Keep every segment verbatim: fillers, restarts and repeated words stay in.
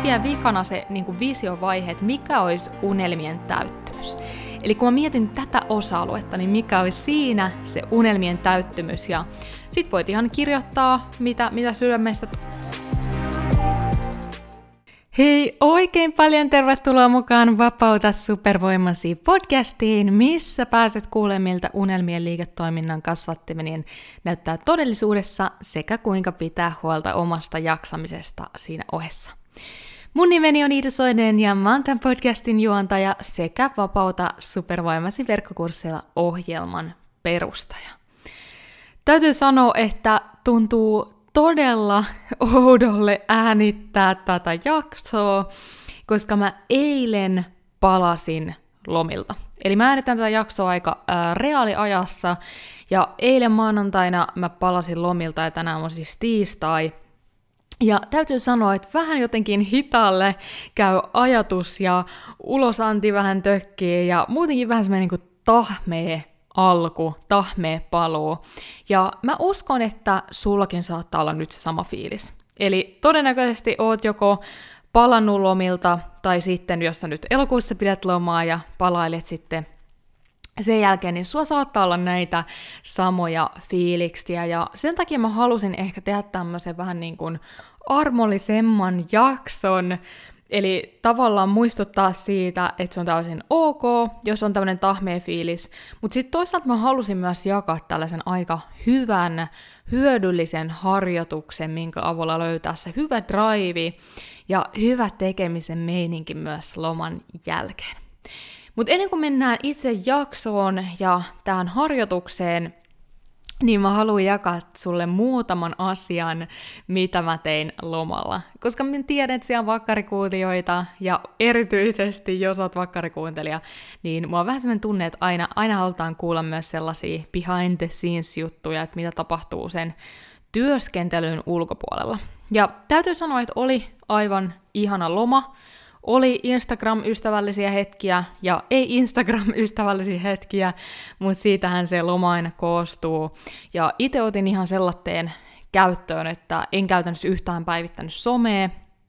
vielä vikana se niin kuin visiovaihe, että mikä olisi unelmien täyttymys. Eli kun mä mietin tätä osa-aluetta, niin mikä olisi siinä se unelmien täyttymys. Ja sit voit ihan kirjoittaa, mitä, mitä sydämestä. Hei, oikein paljon tervetuloa mukaan Vapauta supervoimasi podcastiin, missä pääset kuulemaan, miltä unelmien liiketoiminnan kasvattaminen näyttää todellisuudessa sekä kuinka pitää huolta omasta jaksamisesta siinä ohessa. Mun nimeni on Iida Soinen ja mä oon tämän podcastin juontaja sekä Vapauta supervoimasi verkkokurssilla ohjelman perustaja. Täytyy sanoa, että tuntuu todella oudolle äänittää tätä jaksoa, koska mä eilen palasin lomilta. Eli mä äänitän tätä jaksoa aika ää, reaaliajassa, ja eilen maanantaina mä palasin lomilta, ja tänään on siis tiistai. Ja täytyy sanoa, että vähän jotenkin hitaalle käy ajatus, ja ulosanti vähän tökkii, ja muutenkin vähän semmoinen niin kuin tahmee alku, tahmee paluu. Ja mä uskon, että sullakin saattaa olla nyt se sama fiilis. Eli todennäköisesti oot joko palannut lomilta, tai sitten jos sä nyt elokuussa pidät lomaa ja palailet sitten sen jälkeen, niin sulla saattaa olla näitä samoja fiiliksiä. Ja sen takia mä halusin ehkä tehdä tämmöisen vähän niin kuin armollisemman jakson, eli tavallaan muistuttaa siitä, että se on täysin ok, jos on tämmöinen tahmea fiilis, mutta sitten toisaalta mä halusin myös jakaa tällaisen aika hyvän, hyödyllisen harjoituksen, minkä avulla löytää se hyvä drive ja hyvä tekemisen meininki myös loman jälkeen. Mutta ennen kuin mennään itse jaksoon ja tähän harjoitukseen, niin mä haluan jakaa sulle muutaman asian, mitä mä tein lomalla. Koska mä tiedän, että siellä on vakkarikuuntelijoita, ja erityisesti jos oot vakkarikuuntelija, niin mulla on vähän sellainen tunne, että aina, aina halutaan kuulla myös sellaisia behind the scenes juttuja, että mitä tapahtuu sen työskentelyn ulkopuolella. Ja täytyy sanoa, että oli aivan ihana loma. Oli Instagram-ystävällisiä hetkiä ja ei Instagram-ystävällisiä hetkiä, mutta siitähän se loma aina koostuu. Ja itse otin ihan sellaiseen käyttöön, että en käytännössä yhtään päivittänyt somea,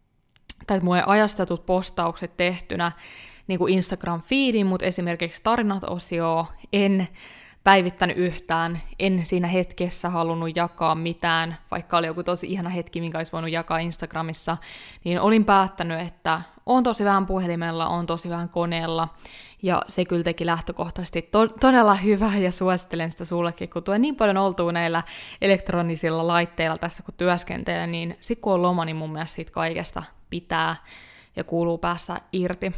tai mulla ei ajastetut postaukset tehtynä niin kuin Instagram-feediin, mutta esimerkiksi tarinat-osioon en päivittänyt yhtään, en siinä hetkessä halunnut jakaa mitään, vaikka oli joku tosi ihana hetki, minkä olisi voinut jakaa Instagramissa, niin olin päättänyt, että on tosi vähän puhelimella, on tosi vähän koneella, ja se kyllä teki lähtökohtaisesti to- todella hyvää, ja suosittelen sitä sullekin, kun tulee niin paljon oltua näillä elektronisilla laitteilla tässä, kun työskentelee, niin sit kun on loma, niin mun mielestä siitä kaikesta pitää ja kuuluu päästä irti.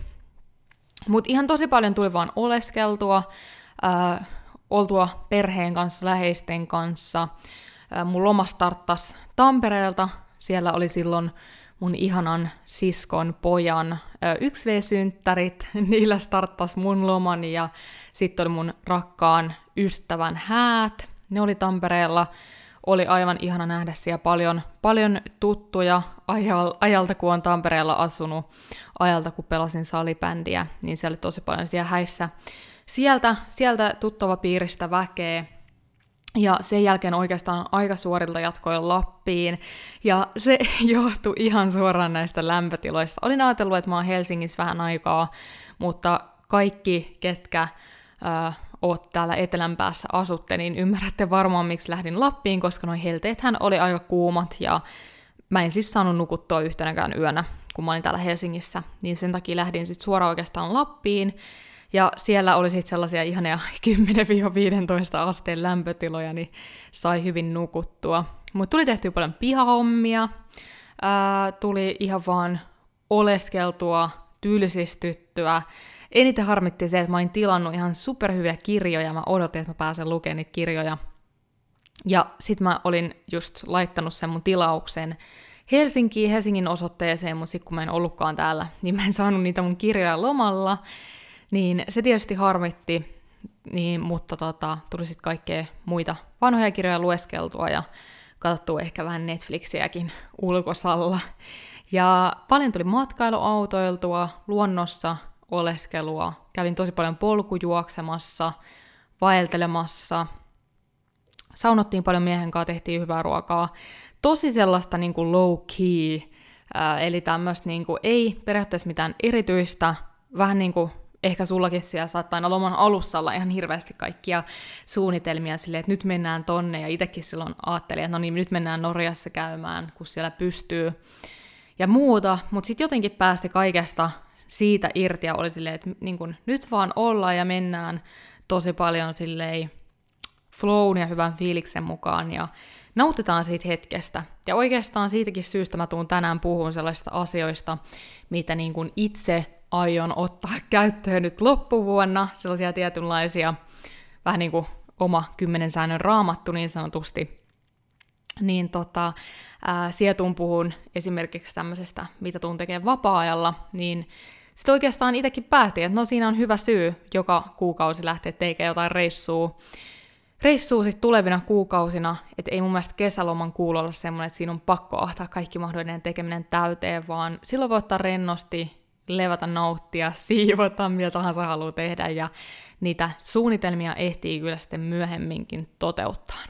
Mutta ihan tosi paljon tuli vaan oleskeltua, ää, oltua perheen kanssa, läheisten kanssa. Mun loma starttasi Tampereelta. Siellä oli silloin mun ihanan siskon pojan yksi V-synttärit. Niillä starttasi mun lomani ja sitten oli mun rakkaan ystävän häät. Ne oli Tampereella. Oli aivan ihana nähdä siellä paljon, paljon tuttuja ajalta, kun on Tampereella asunut, ajalta, kun pelasin salibändiä, niin siellä oli tosi paljon siellä häissä. Sieltä, sieltä tuttava piiristä väkeä, ja sen jälkeen oikeastaan aika suorilta jatkoin Lappiin, ja se johtui ihan suoraan näistä lämpötiloista. Olin ajatellut, että mä oon Helsingissä vähän aikaa, mutta kaikki, ketkä äh, oot täällä etelän päässä asutte, niin ymmärrätte varmaan, miksi lähdin Lappiin, koska noi helteethän oli aika kuumat, ja mä en siis saanut nukuttua yhtenäkään yönä, kun mä olin täällä Helsingissä, niin sen takia lähdin sitten suoraan oikeastaan Lappiin. Ja siellä oli sitten sellaisia ihania kymmenen viisitoista asteen lämpötiloja, niin sai hyvin nukuttua. Mutta tuli tehtyä paljon pihahommia, ää, tuli ihan vaan oleskeltua, tylsistyttyä. Eniten harmitti se, että mä olin tilannut ihan superhyviä kirjoja, mä odotin, että mä pääsen lukemaan niitä kirjoja. Ja sit mä olin just laittanut sen mun tilauksen Helsinkiin, Helsingin osoitteeseen, mutta sit kun mä en ollutkaan täällä, niin mä en saanut niitä mun kirjoja lomalla. Niin se tietysti harmitti, niin, mutta tota, tuli sitten kaikkea muita vanhoja kirjoja lueskeltua ja katsottua ehkä vähän Netflixiäkin ulkosalla. Ja paljon tuli matkailuautoiltua, luonnossa oleskelua, kävin tosi paljon polkujuoksemassa, vaeltelemassa, saunottiin paljon miehen kanssa, tehtiin hyvää ruokaa, tosi sellaista niin kuin low-key Ää, eli tämmöistä niin kuin, ei periaatteessa mitään erityistä, vähän niin kuin ehkä sullakin siellä saattaa aina loman alussa olla ihan hirveästi kaikkia suunnitelmia silleen, että nyt mennään tonne, ja itsekin silloin ajattelin, että no niin, nyt mennään Norjassa käymään, kun siellä pystyy, ja muuta, mutta sitten jotenkin päästi kaikesta siitä irti, ja oli silleen, että niin kun, nyt vaan ollaan ja mennään tosi paljon silleen flown ja hyvän fiiliksen mukaan, ja nautitaan siitä hetkestä. Ja oikeastaan siitäkin syystä mä tuun tänään puhumaan sellaisista asioista, mitä niin kun itse aion ottaa käyttöön nyt loppuvuonna, sellaisia tietynlaisia, vähän niin kuin oma kymmenen säännön raamattu niin sanotusti, niin tota, ää, siellä tuun puhun esimerkiksi tämmöisestä, mitä tuun tekemään vapaa-ajalla, niin sitten oikeastaan itsekin päätin, että no siinä on hyvä syy joka kuukausi lähteä tekemään jotain reissua, reissua sitten tulevina kuukausina, että ei mun mielestä kesäloman kuulu olla semmoinen, että siinä on pakko ahtaa kaikki mahdollinen tekeminen täyteen, vaan silloin voi ottaa rennosti, levätä, nauttia, siivota, mitä tahansa haluaa tehdä, ja niitä suunnitelmia ehtii kyllä sitten myöhemminkin toteuttaa.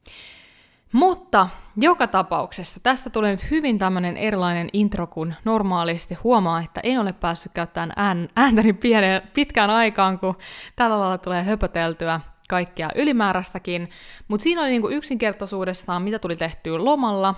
Mutta joka tapauksessa tästä tulee nyt hyvin tämmöinen erilainen intro kuin normaalisti. Huomaa, että en ole päässyt käyttämään ääntäni pieneen, pitkään aikaan, kun tällä lailla tulee höpöteltyä kaikkea ylimääräistäkin. Mutta siinä oli niinku yksinkertaisuudessaan, mitä tuli tehtyä lomalla,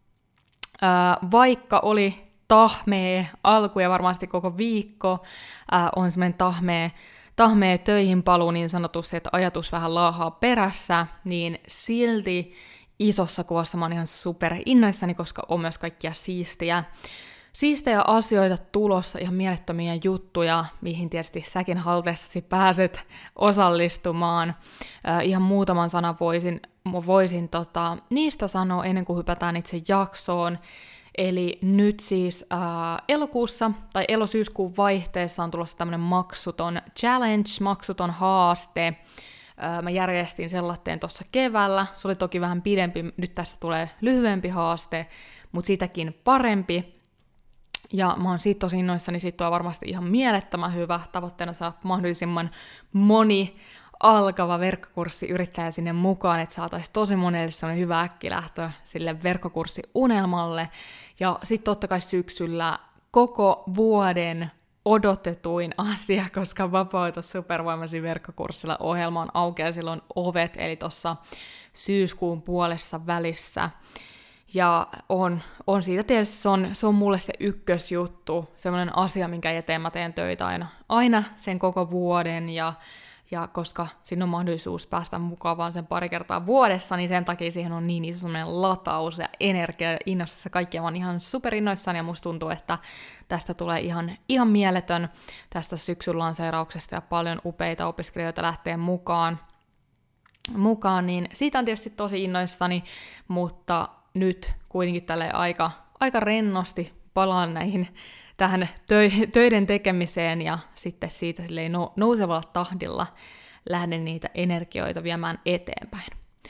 ää, vaikka oli tahmee alku ja varmasti koko viikko ää, on semmoinen tahmee, tahmee töihin paluu niin sanotusti, että ajatus vähän laahaa perässä, niin silti isossa kuvassa mä oon ihan super innoissani, koska on myös kaikkia siistiä, siistejä asioita tulossa, ihan mielettömiä juttuja, mihin tietysti säkin halutessasi pääset osallistumaan. Äh, ihan muutaman sanan voisin, voisin tota, niistä sanoa ennen kuin hypätään itse jaksoon. Eli nyt siis äh, elokuussa tai elosyyskuun vaihteessa on tulossa tämmönen maksuton challenge, maksuton haaste. Äh, mä järjestin sellaisen tuossa keväällä. Se oli toki vähän pidempi, nyt tästä tulee lyhyempi haaste, mutta sitäkin parempi. Ja mä oon siitä tosi innoissani, siitä on varmasti ihan mielettömän hyvä. Tavoitteena saada mahdollisimman moni alkava verkkokurssiyrittäjä sinne mukaan, että saataisiin tosi monelle sellainen hyvä äkkilähtö sille verkkokurssiunelmalle. Ja sitten totta kai syksyllä koko vuoden odotetuin asia, koska Vapauta supervoimasi verkkokurssilla ohjelma on aukeaa silloin ovet, eli tuossa syyskuun puolessa välissä. Ja on, on siitä tietysti, se on, se on mulle se ykkösjuttu, semmoinen asia, minkä eteen mä teen töitä aina, aina sen koko vuoden, ja, ja koska siinä on mahdollisuus päästä mukaan vaan sen pari kertaa vuodessa, niin sen takia siihen on niin iso semmoinen lataus ja energia ja innossa kaikkia. Mä oon ihan superinnoissani, ja musta tuntuu, että tästä tulee ihan, ihan mieletön tästä syksyn lanseerauksesta, ja paljon upeita opiskelijoita lähtee mukaan, mukaan, niin siitä on tietysti tosi innoissani, mutta nyt kuitenkin tälle aika, aika rennosti palaan näihin tähän töiden tekemiseen, ja sitten siitä no, nousevalla tahdilla lähden niitä energioita viemään eteenpäin.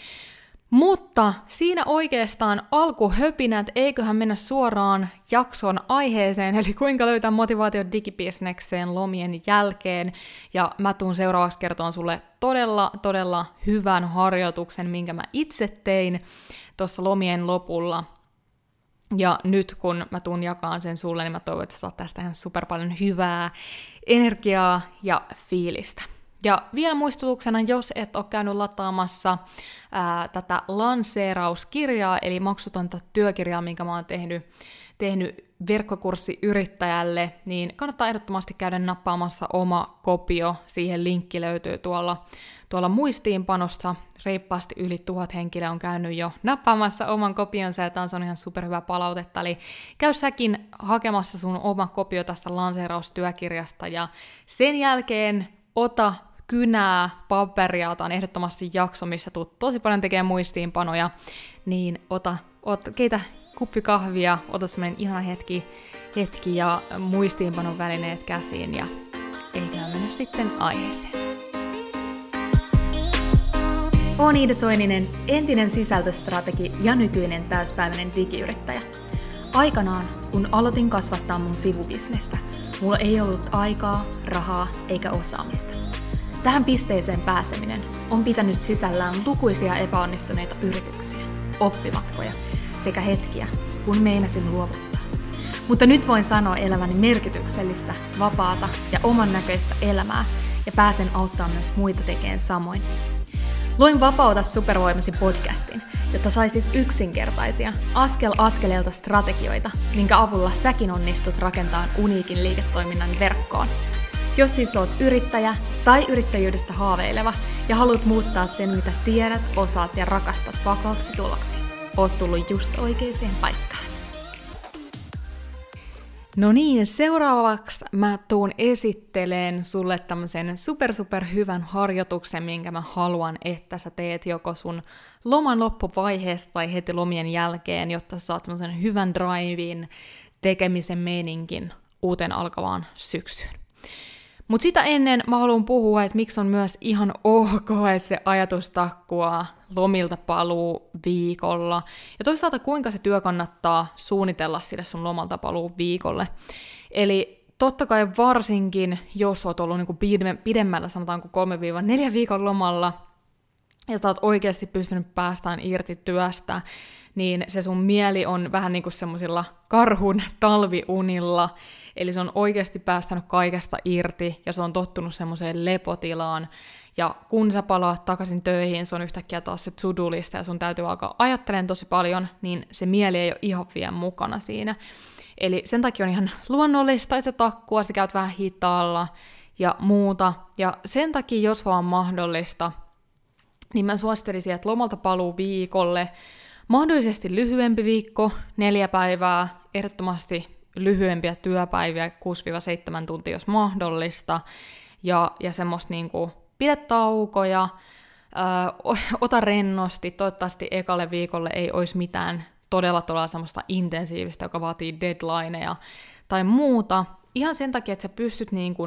Mutta siinä oikeastaan alkuhöpinät, eiköhän mennä suoraan jakson aiheeseen, eli kuinka löytää motivaatio digibisnekseen lomien jälkeen, ja mä tuun seuraavaksi kertoon sulle todella, todella hyvän harjoituksen, minkä mä itse tein tuossa lomien lopulla. Ja nyt kun mä tuun jakaan sen sulle, niin mä toivon, että sä saat tästä ihan super paljon hyvää energiaa ja fiilistä. Ja vielä muistutuksena, jos et ole käynyt lataamassa ää, tätä lanseerauskirjaa, eli maksutonta työkirjaa, minkä mä oon tehnyt, tehnyt verkkokurssiyrittäjälle, niin kannattaa ehdottomasti käydä nappaamassa oma kopio. Siihen linkki löytyy tuolla, tuolla muistiinpanossa. Reippaasti yli tuhat henkilöä on käynyt jo nappaamassa oman kopionsa, ja tämä on ihan superhyvä palautetta. Eli käy säkin hakemassa sun oma kopio tästä lanseeraustyökirjasta, ja sen jälkeen ota kynää, paperia, tämä on ehdottomasti jakso, missä tulet tosi paljon tekemään muistiinpanoja, niin ota, ota keitä kuppi kahvia, ota semmoinen ihana hetki, hetki ja muistiinpanon välineet käsiin, ja eiköhän mennä sitten aiheeseen. Oon Iida Soininen, entinen sisältöstrategi ja nykyinen täyspäiväinen digiyrittäjä. Aikanaan, kun aloitin kasvattaa mun sivubisnestä, mulla ei ollut aikaa, rahaa eikä osaamista. Tähän pisteeseen pääseminen on pitänyt sisällään lukuisia epäonnistuneita yrityksiä, oppimatkoja sekä hetkiä, kun meinasin luovuttaa. Mutta nyt voin sanoa eläväni merkityksellistä, vapaata ja oman näköistä elämää ja pääsen auttamaan myös muita tekemään samoin. Luin Vapauta supervoimasi podcastin, jotta saisit yksinkertaisia, askel askeleelta strategioita, minkä avulla säkin onnistut rakentamaan uniikin liiketoiminnan verkkoon. Jos siis oot yrittäjä tai yrittäjyydestä haaveileva ja haluat muuttaa sen, mitä tiedät, osaat ja rakastat vakaaksi tuloksi, oot tullut just oikeaan paikkaan. No niin, seuraavaksi mä tuun esitteleen sulle tämmöisen super super hyvän harjoituksen, minkä mä haluan, että sä teet joko sun loman loppuvaiheesta tai heti lomien jälkeen, jotta sä saat semmoisen hyvän drivein, tekemisen meininkin uuteen alkavaan syksyyn. Mutta sitä ennen mä haluan puhua, että miksi on myös ihan ok, että se ajatus takkuaa lomilta paluu viikolla. Ja toisaalta kuinka se työ kannattaa suunnitella sille sun lomalta paluu viikolle. Eli totta kai varsinkin, jos oot ollut niinku pidemmällä, sanotaanko kolme neljä viikon lomalla, ja sä oot oikeasti pystynyt päästään irti työstä, niin se sun mieli on vähän niin kuin semmosilla karhun talviunilla, eli se on oikeasti päästänyt kaikesta irti, ja se on tottunut semmoiseen lepotilaan, ja kun sä palaat takaisin töihin, se on yhtäkkiä taas se to-do-lista, ja sun täytyy alkaa ajattelemaan tosi paljon, niin se mieli ei ole ihan vielä mukana siinä. Eli sen takia on ihan luonnollista, että sä takkua, sä käyt vähän hitaalla, ja muuta, ja sen takia, jos vaan mahdollista, niin mä suosittelisin, että lomalta paluu viikolle, mahdollisesti lyhyempi viikko, neljä päivää, ehdottomasti lyhyempiä työpäiviä, kuusi seitsemän tuntia, jos mahdollista, ja, ja semmoista niinku, pidä taukoja, ö, ota rennosti, toivottavasti ekalle viikolle ei olisi mitään todella todella semmoista intensiivistä, joka vaatii deadlineja tai muuta, ihan sen takia, että sä pystyt niinku,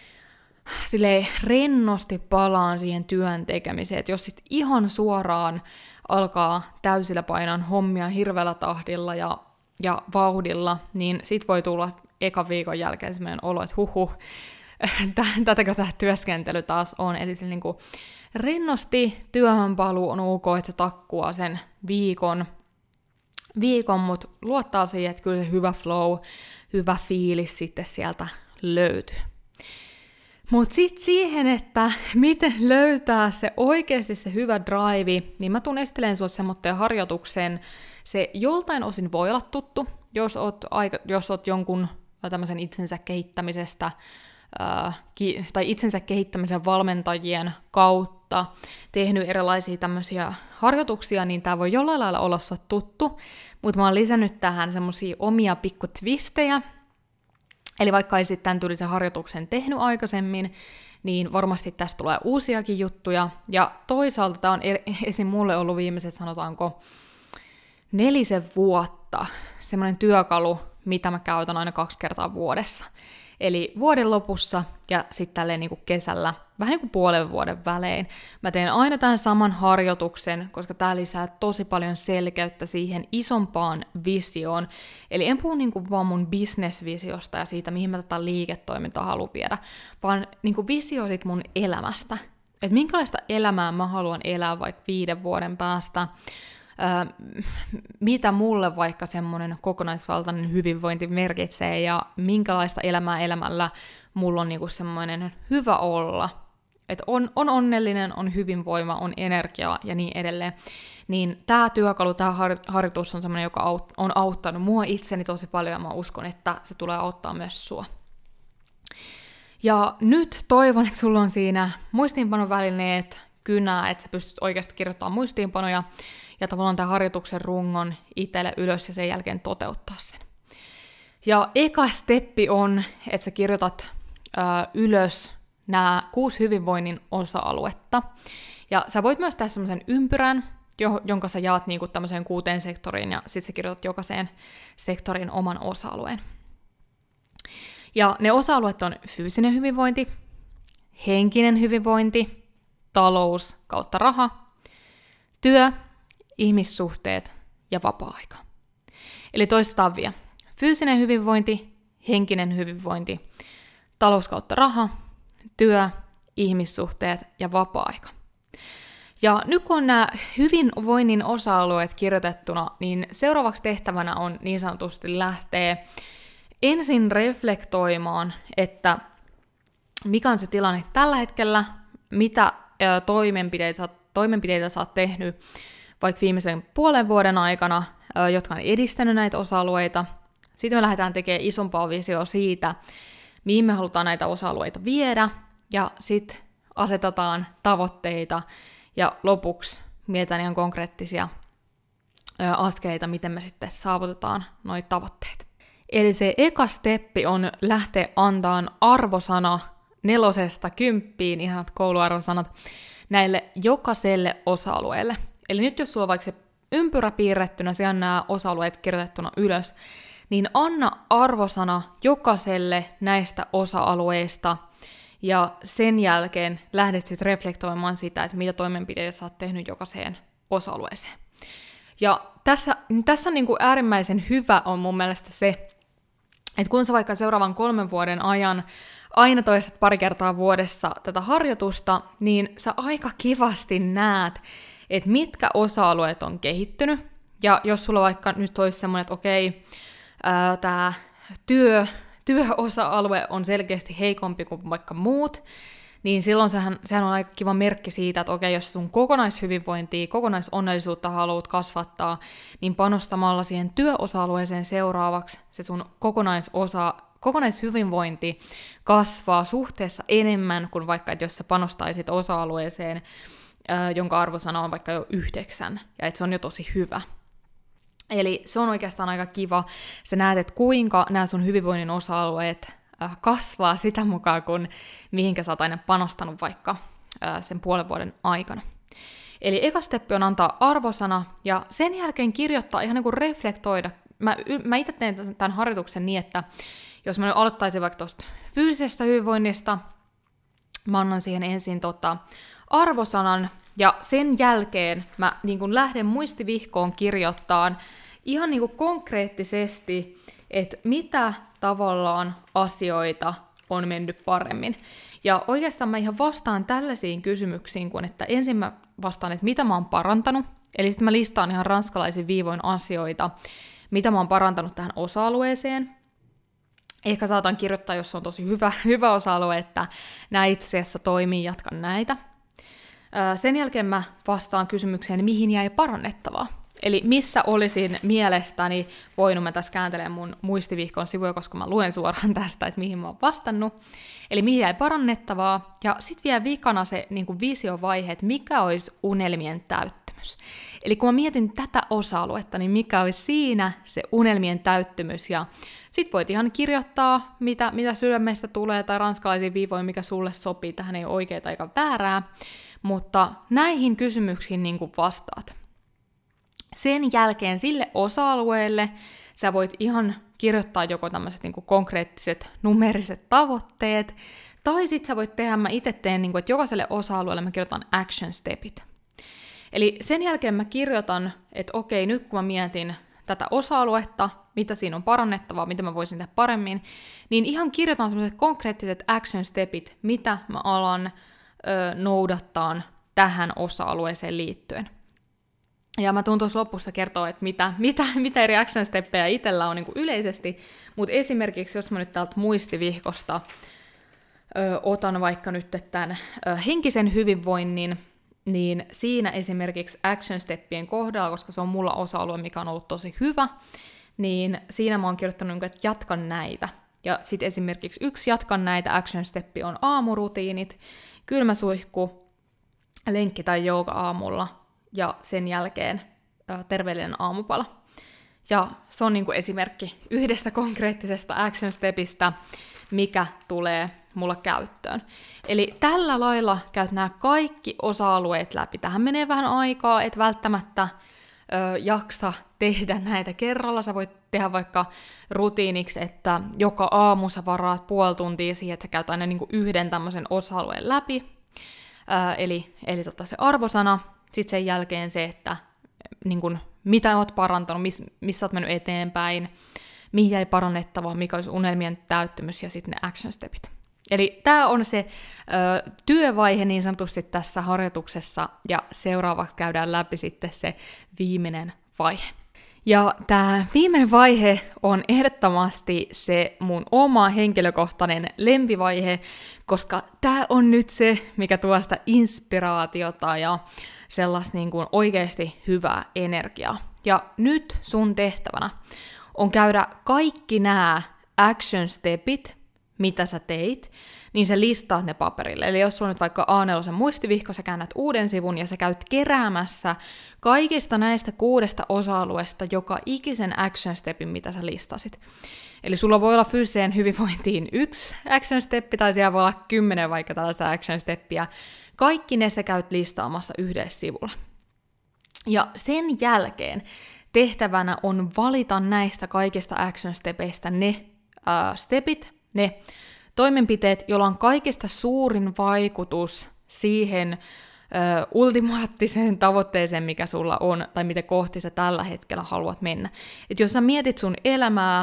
silleen rennosti palaan siihen työn tekemiseen, että jos sit ihan suoraan alkaa täysillä painaa hommia hirveällä tahdilla ja, ja vauhdilla, niin sit voi tulla ekan viikon jälkeen semmoinen olo, että huhuh, tätäkö tämä työskentely taas on. Eli se niin kuin rennosti työhön paluu on ok, että se takkuaa sen viikon, viikon mutta luottaa siihen, että kyllä se hyvä flow, hyvä fiilis sitten sieltä löytyy. Mutta sitten siihen, että miten löytää se oikeasti se hyvä drive, niin mä tuun esittelemään sulle semmoitteen harjoituksen. Se joltain osin voi olla tuttu, jos oot, aika, jos oot jonkun tämmöisen itsensä kehittämisestä ää, ki, tai itsensä kehittämisen valmentajien kautta tehnyt erilaisia tämmöisiä harjoituksia, niin tää voi jollain lailla olla sulle tuttu, mutta mä oon lisännyt tähän semmosia omia pikku twistejä. Eli vaikka ei sitten tämän tyylisen harjoituksen tehnyt aikaisemmin, niin varmasti tästä tulee uusiakin juttuja. Ja toisaalta tämä on esim. Mulle ollut viimeiset, sanotaanko, nelisen vuotta semmoinen työkalu, mitä mä käytän aina kaksi kertaa vuodessa. Eli vuoden lopussa ja sitten tälleen niin kuin kesällä, vähän niin kuin puolen vuoden välein. Mä teen aina tämän saman harjoituksen, koska tää lisää tosi paljon selkeyttä siihen isompaan visioon. Eli en puhu niin kuin vaan mun business-visiosta ja siitä, mihin mä tätä liiketoimintaa haluan viedä, vaan niin kuin visio sit mun elämästä. Että minkälaista elämää mä haluan elää vaikka viiden vuoden päästä. Öö, mitä mulle vaikka semmoinen kokonaisvaltainen hyvinvointi merkitsee ja minkälaista elämää elämällä mulla on niinku semmoinen hyvä olla. Että on, on onnellinen, on hyvinvoima, on energiaa ja niin edelleen. Niin tämä työkalu, tämä harjoitus on semmoinen, joka aut, on auttanut mua itseni tosi paljon ja mä uskon, että se tulee auttaa myös sua. Ja nyt toivon, että sulla on siinä muistiinpanovälineet, kynää, että sä pystyt oikeasti kirjoittamaan muistiinpanoja ja tavallaan tämän harjoituksen rungon itselle ylös ja sen jälkeen toteuttaa sen. Ja eka steppi on, että sä kirjoitat ö, ylös nämä kuusi hyvinvoinnin osa-aluetta. Ja sä voit myös tehdä semmoisen ympyrän, jo, jonka sä jaat niinku tämmöiseen kuuteen sektoriin, ja sit sä kirjoitat jokaiseen sektorin oman osa-alueen. Ja ne osa-alueet on fyysinen hyvinvointi, henkinen hyvinvointi, talous kautta raha, työ, ihmissuhteet ja vapaa-aika. Eli toistetaan vielä. Fyysinen hyvinvointi, henkinen hyvinvointi, talous kautta raha, työ, ihmissuhteet ja vapaa-aika. Ja nyt kun on nämä hyvinvoinnin osa-alueet kirjoitettuna, niin seuraavaksi tehtävänä on niin sanotusti lähteä ensin reflektoimaan, että mikä on se tilanne tällä hetkellä, mitä toimenpiteitä sä, toimenpiteitä sä oot tehnyt vaikka viimeisen puolen vuoden aikana, jotka on edistänyt näitä osa-alueita. Sitten me lähdetään tekemään isompaa visioa siitä, mihin me halutaan näitä osa-alueita viedä, ja sitten asetetaan tavoitteita, ja lopuksi mietitään ihan konkreettisia askeleita, miten me sitten saavutetaan noita tavoitteita. Eli se eka steppi on lähteä antaan arvosana nelosesta kymppiin, ihanat kouluarvosanat, näille jokaiselle osa-alueelle. Eli nyt jos sulla on vaikka se ympyrä piirrettynä, siellä on nämä osa-alueet kirjoitettuna ylös, niin anna arvosana jokaiselle näistä osa-alueista, ja sen jälkeen lähdet sitten reflektoimaan sitä, että mitä toimenpiteitä sä oot tehnyt jokaiseen osa-alueeseen. Ja tässä, tässä niin kuin äärimmäisen hyvä on mun mielestä se, että kun sä vaikka seuraavan kolmen vuoden ajan aina toistat pari kertaa vuodessa tätä harjoitusta, niin sä aika kivasti näet, että mitkä osa-alueet on kehittynyt. Ja jos sulla vaikka nyt olisi semmoinen, että okei, tämä työ, työosa-alue on selkeästi heikompi kuin vaikka muut, niin silloin sehän, sehän on aika kiva merkki siitä, että okei, jos sun kokonaishyvinvointia, kokonaisonnellisuutta haluat kasvattaa, niin panostamalla siihen työosa-alueeseen seuraavaksi se sun kokonaisosa, kokonaishyvinvointi kasvaa suhteessa enemmän kuin vaikka, että jos sä panostaisit osa-alueeseen, jonka arvosana on vaikka jo yhdeksän, ja että se on jo tosi hyvä. Eli se on oikeastaan aika kiva. Sä näet, että kuinka nämä sun hyvinvoinnin osa-alueet kasvaa sitä mukaan, kun mihinkä sä oot aina panostanut vaikka sen puolen vuoden aikana. Eli eka steppi on antaa arvosana, ja sen jälkeen kirjoittaa ihan niin kuin reflektoida. Mä, mä itse teen tämän harjoituksen niin, että jos mä nyt aloittaisin vaikka tuosta fyysisestä hyvinvoinnista, mä annan siihen ensin tota arvosanan, ja sen jälkeen mä niin kuin lähden muistivihkoon kirjoittamaan ihan niin kuin konkreettisesti, että mitä tavallaan asioita on mennyt paremmin. Ja oikeastaan mä ihan vastaan tällaisiin kysymyksiin, kun että ensin mä vastaan, että mitä mä oon parantanut, eli sitten mä listaan ihan ranskalaisin viivoin asioita, mitä mä oon parantanut tähän osa-alueeseen. Ehkä saatan kirjoittaa, jos on tosi hyvä, hyvä osa-alue, että nämä itse asiassa toimii, jatkan näitä. Sen jälkeen mä vastaan kysymykseen, mihin jäi parannettavaa. Eli missä olisin mielestäni voinut, mä tässä kääntelen mun muistivihkon sivuja, koska mä luen suoraan tästä, että mihin mä oon vastannut. Eli mihin jäi parannettavaa. Ja sitten vielä vikana se niin kuin visiovaihe, että mikä olisi unelmien täyttymys. Eli kun mä mietin tätä osa-aluetta, niin mikä olisi siinä se unelmien täyttymys. Ja sit voit ihan kirjoittaa, mitä, mitä sydämestä tulee, tai ranskalaisiin viivoihin, mikä sulle sopii. Tähän ei ole oikeaa eikä väärää. Mutta näihin kysymyksiin niin kuin vastaat. Sen jälkeen sille osa-alueelle sä voit ihan kirjoittaa joko tämmöiset niin kuin konkreettiset numeriset tavoitteet, tai sit sä voit tehdä, mä itse teen, niin kuin, että jokaiselle osa-alueelle mä kirjoitan action stepit. Eli sen jälkeen mä kirjoitan, että okei, nyt kun mä mietin tätä osa-aluetta, mitä siinä on parannettavaa, mitä mä voisin tehdä paremmin, niin ihan kirjoitan semmoiset konkreettiset action stepit, mitä mä alan ö, noudattaa tähän osa-alueeseen liittyen. Ja mä tuun tuossa lopussa kertoa, että mitä, mitä, mitä eri action steppejä itsellä on niin kuin yleisesti, mutta esimerkiksi jos mä nyt täältä muistivihkosta ö, otan vaikka nyt tämän ö, henkisen hyvinvoinnin, niin siinä esimerkiksi action steppien kohdalla, koska se on mulla osa-alue, mikä on ollut tosi hyvä, niin siinä mä oon kirjoittanut, että jatkan näitä. Ja sitten esimerkiksi yksi jatkan näitä action steppi on aamurutiinit, kylmäsuihku, lenkki tai jooga aamulla, ja sen jälkeen ä, terveellinen aamupala. Ja se on niin kuin esimerkki yhdestä konkreettisesta action stepistä, mikä tulee mulla käyttöön. Eli tällä lailla käyt nämä kaikki osa-alueet läpi. Tähän menee vähän aikaa, et välttämättä ö, jaksa tehdä näitä kerralla. Sä voit tehdä vaikka rutiiniksi, että joka aamu sä varaat puoli tuntia siihen, että sä käyt aina niin kuin yhden tämmöisen osa-alueen läpi. Ö, eli eli tota se arvosana. Sitten sen jälkeen se, että niin kun, mitä oot parantanut, miss, missä oot mennyt eteenpäin, mihin jäi parannettavaa, mikä olisi unelmien täyttymys ja sitten ne action stepit. Eli tämä on se ö, työvaihe niin sanotusti tässä harjoituksessa, ja seuraavaksi käydään läpi sitten se viimeinen vaihe. Ja tämä viimeinen vaihe on ehdottomasti se mun oma henkilökohtainen lempivaihe, koska tämä on nyt se, mikä tuo sitä inspiraatiota ja sellaista niin kuin oikeasti hyvää energiaa. Ja nyt sun tehtävänä on käydä kaikki nämä action stepit, mitä sä teit, niin sä listaat ne paperille. Eli jos sulla on nyt vaikka A neljä muistivihko, sä käännät uuden sivun ja sä käyt keräämässä kaikista näistä kuudesta osa-alueesta joka ikisen action stepin, mitä sä listasit. Eli sulla voi olla fyysiseen hyvinvointiin yksi action steppi, tai siellä voi olla kymmenen vaikka tällaista action steppiä. Kaikki ne sä käyt listaamassa yhdessä sivulla. Ja sen jälkeen tehtävänä on valita näistä kaikista action stepeistä ne uh, stepit, ne toimenpiteet, joilla on kaikista suurin vaikutus siihen ö, ultimaattiseen tavoitteeseen, mikä sulla on, tai miten kohti sä tällä hetkellä haluat mennä. Et jos sä mietit sun elämää,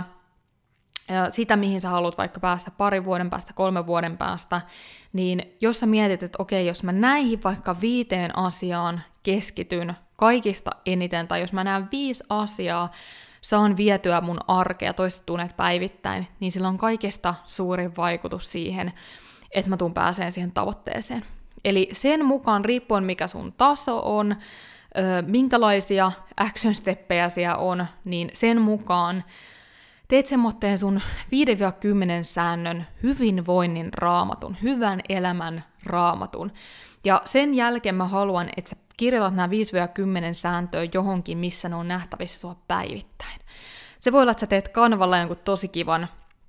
ö, sitä mihin sä haluat vaikka päästä parin vuoden päästä, kolmen vuoden päästä, niin jos sä mietit, että okei, jos mä näihin vaikka viiteen asiaan keskityn kaikista eniten, tai jos mä näen viisi asiaa, saan vietyä mun arkea toistettua näitä päivittäin, niin sillä on kaikista suurin vaikutus siihen, että mä tuun pääseen siihen tavoitteeseen. Eli sen mukaan, riippuen mikä sun taso on, minkälaisia action steppejä siellä on, niin sen mukaan teet semmoitteen sun viidestä kymmeneen säännön hyvinvoinnin raamatun, hyvän elämän raamatun. Ja sen jälkeen mä haluan, että sä kirjoitat nämä viidestä kymmeneen sääntöä johonkin, missä ne on nähtävissä sua päivittäin. Se voi olla, että sä teet Canvalla jonkun tosi kivan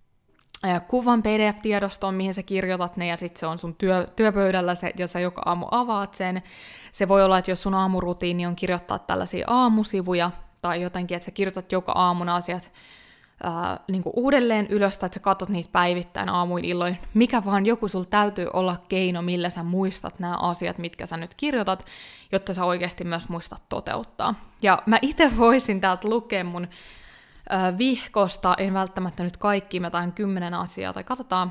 äh, kuvan P D F-tiedostoon, mihin sä kirjoitat ne, ja sitten se on sun työ, työpöydällä, se, ja sä joka aamu avaat sen. Se voi olla, että jos sun aamurutiini on kirjoittaa tällaisia aamusivuja, tai jotenkin, että sä kirjoitat joka aamuna asiat Ää, niin kuin uudelleen ylös, että sä katsot niitä päivittäin aamuin illoin, mikä vaan joku sulla täytyy olla keino, millä sä muistat nämä asiat, mitkä sä nyt kirjoitat, jotta sä oikeasti myös muistat toteuttaa. Ja mä itse voisin täältä lukea mun ää, vihkosta, en välttämättä nyt kaikki, mä tain kymmenen asiaa, tai katsotaan,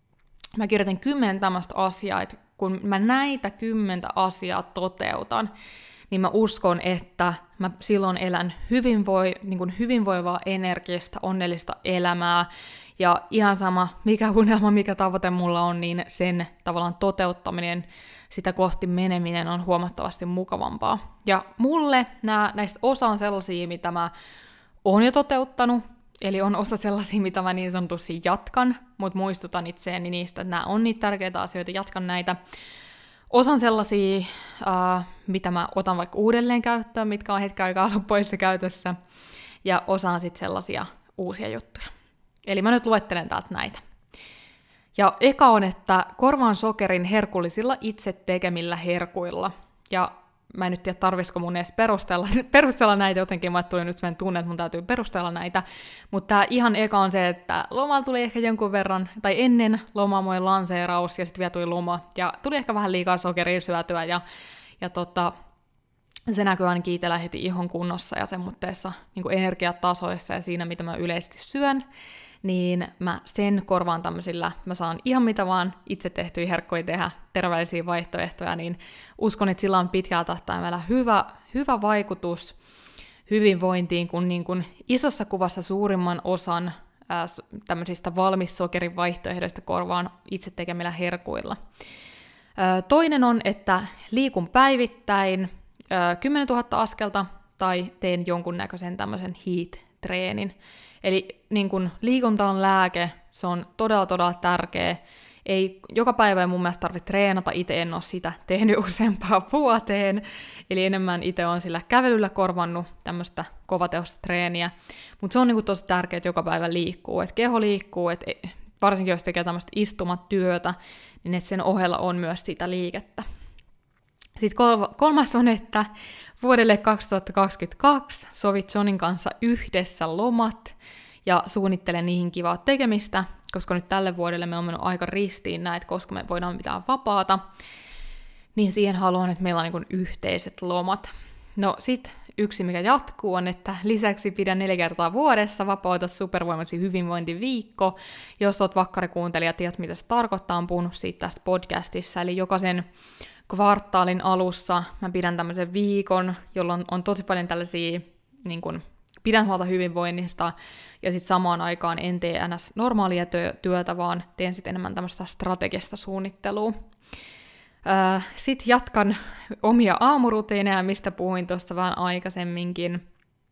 mä kirjoitin kymmenen tämmöistä asiaa, että kun mä näitä kymmentä asiaa toteutan, niin mä uskon, että mä silloin elän hyvinvoi, niin kuin hyvinvoivaa, energistä, onnellista elämää, ja ihan sama, mikä unelma, mikä tavoite mulla on, niin sen tavallaan toteuttaminen, sitä kohti meneminen on huomattavasti mukavampaa. Ja mulle nää, näistä osa on sellaisia, mitä mä oon jo toteuttanut, eli on osa sellaisia, mitä mä niin sanotusti jatkan, mutta muistutan itseäni niistä, että nämä on niitä tärkeitä asioita, jatkan näitä. Osan sellaisia, uh, mitä mä otan vaikka uudelleen käyttöön, mitkä on hetken aikaa ollut poissa käytössä, ja osaan sitten sellaisia uusia juttuja. Eli mä nyt luettelen täältä näitä. Ja eka on, että korvaan sokerin herkullisilla itse tekemillä herkuilla. Ja mä en nyt tiedä, tarvisiko mun edes perustella, perustella näitä jotenkin, mä tuli nyt sellainen tunne, että mun täytyy perustella näitä. Mutta tää ihan eka on se, että lomalla tuli ehkä jonkun verran, tai ennen lomaa moi lanseeraus, ja sitten vielä tuli loma, ja tuli ehkä vähän liikaa sokeria syötyä, ja, ja tota, se näkyy ainakin itsellä heti ihon kunnossa ja semmoitteessa niin energiatasoissa ja siinä, mitä mä yleisesti syön, niin mä sen korvaan tämmöisillä, mä saan ihan mitä vaan itse tehtyjä herkkuja tehdä, terveellisiä vaihtoehtoja, niin uskon, että sillä on pitkällä tähtäimellä hyvä, hyvä vaikutus hyvinvointiin, kun, niin kun isossa kuvassa suurimman osan ää, tämmöisistä valmissokerin vaihtoehdoista korvaan itse tekemillä herkuilla. Ää, toinen on, että liikun päivittäin ää, kymmenen tuhatta askelta tai teen jonkunnäköisen tämmöisen heat-treenin. Eli niin kun liikunta on lääke, se on todella todella tärkeä. Ei joka päivä ei mun mielestä tarvitse treenata, itse en ole sitä tehnyt useampaan vuoteen. Eli enemmän itse olen sillä kävelyllä korvannut tämmöistä kovatehosta treeniä. Mutta se on niin tosi tärkeää, että joka päivä liikkuu, että keho liikkuu, että varsinkin jos tekee tämmöistä istumatyötä, niin että sen ohella on myös sitä liikettä. Sitten kolmas on, että vuodelle kaksituhattakaksikymmentäkaksi sovit Johnin kanssa yhdessä lomat ja suunnittelen niihin kivaa tekemistä, koska nyt tälle vuodelle me on mennyt aika ristiin näitä, koska me voidaan pitää vapaata, niin siihen haluan, että meillä on niin yhteiset lomat. No sit yksi, mikä jatkuu, on, että lisäksi pidän neljä kertaa vuodessa Vapauta supervoimasi hyvinvointiviikko. Jos oot vakkarikuuntelija, tiedät mitä se tarkoittaa, on puhunut siitä tästä podcastissa, eli jokaisen kvartaalin alussa mä pidän tämmöisen viikon, jolloin on tosi paljon tällaisia, niin kun, pidän huolta hyvinvoinnista, ja sitten samaan aikaan en tee ns. Normaalia työtä, vaan teen sitten enemmän tämmöistä strategista suunnittelua. Öö, sitten jatkan omia aamurutiineja, mistä puhuin tuosta vähän aikaisemminkin.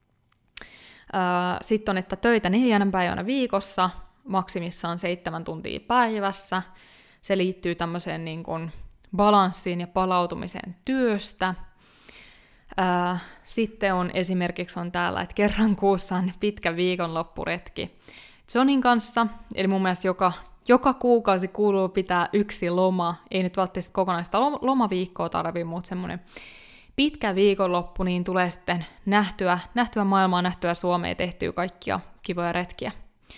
Öö, sitten on, että töitä neljänä päivänä viikossa, maksimissaan seitsemän tuntia päivässä. Se liittyy tämmöiseen niin kuin balanssiin ja palautumiseen työstä. Öö, sitten on esimerkiksi on täällä, että kerran kuussa on pitkä viikonloppuretki Johnin kanssa, eli mun mielestä joka, joka kuukausi kuuluu pitää yksi loma, ei nyt välttämättä kokonaista lomaviikkoa tarvii, mutta semmoinen pitkä viikonloppu, niin tulee sitten nähtyä, nähtyä maailmaa, nähtyä Suomea, tehtyä kaikkia kivoja retkiä.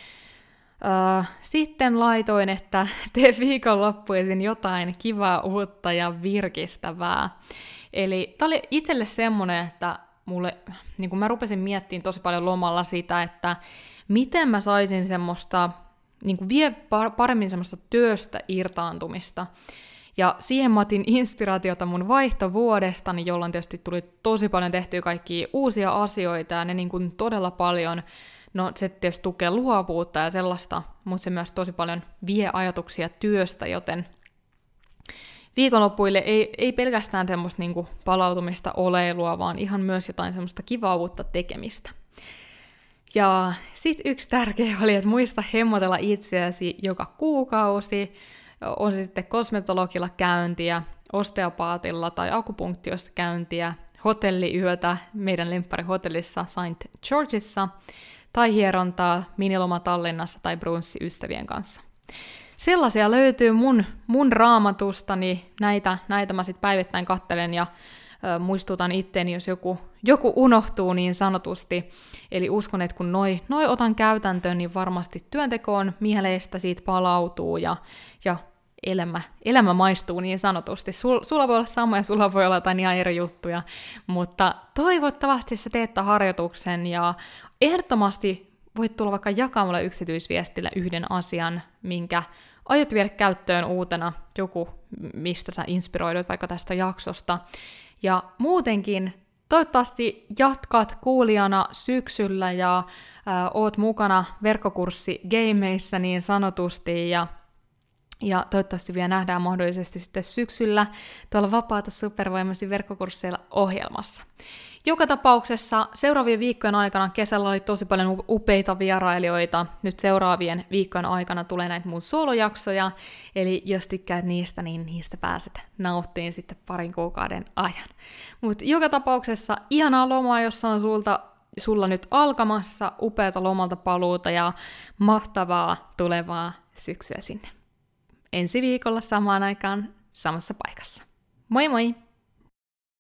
Öö, sitten laitoin, että tee viikonloppuisin jotain kivaa, uutta ja virkistävää. Eli tää oli itselle semmonen, että mulle, niin kun mä rupesin miettimään tosi paljon lomalla sitä, että miten mä saisin semmoista, niin kuin vie paremmin semmoista työstä irtaantumista. Ja siihen mä otin inspiraatiota mun vaihtovuodestani, jolloin tietysti tuli tosi paljon tehtyä kaikkia uusia asioita, ja ne niin kuin todella paljon, no se tietysti tukee luovuutta ja sellaista, mutta se myös tosi paljon vie ajatuksia työstä, joten viikonloppuille ei, ei pelkästään semmoista niin kuin palautumista, oleilua, vaan ihan myös jotain semmoista kivaa uutta tekemistä. Ja sitten yksi tärkeä oli, että muista hemmotella itseäsi joka kuukausi, on se sitten kosmetologilla käyntiä, osteopaatilla tai akupunktiossa käyntiä, hotelliyötä meidän lempparihotellissa Saint Georgeissa, tai hierontaa miniloma Tallinnassa tai brunssi ystävien kanssa. Sellaisia löytyy mun, mun raamatustani, näitä, näitä mä sitten päivittäin katselen ja ö, muistutan itteeni, jos joku, joku unohtuu niin sanotusti. Eli uskon, että kun noi, noi otan käytäntöön, niin varmasti työnteko on mieleistä, siitä palautuu ja, ja elämä, elämä maistuu niin sanotusti. Sul, sulla voi olla sama ja sulla voi olla jotain ihan eri juttuja, mutta toivottavasti sä teet tämän harjoituksen ja ehdottomasti voit tulla vaikka jakaa mulle yksityisviestillä yhden asian, minkä aiot viedä käyttöön uutena, joku, mistä sä inspiroidut vaikka tästä jaksosta. Ja muutenkin, toivottavasti jatkat kuulijana syksyllä ja ää, oot mukana verkkokurssigameissa niin sanotusti, ja Ja toivottavasti vielä nähdään mahdollisesti sitten syksyllä tuolla Vapaata supervoimasi verkkokursseilla ohjelmassa. Joka tapauksessa seuraavien viikkojen aikana kesällä oli tosi paljon upeita vierailijoita. Nyt seuraavien viikkojen aikana tulee näitä mun solojaksoja. Eli jos tykkäät niistä, niin niistä pääset nauttiin sitten parin kuukauden ajan. Mutta joka tapauksessa ihanaa lomaa, jossa on sulta, sulla nyt alkamassa upeata lomalta paluuta ja mahtavaa tulevaa syksyä sinne. Ensi viikolla samaan aikaan samassa paikassa. Moi moi!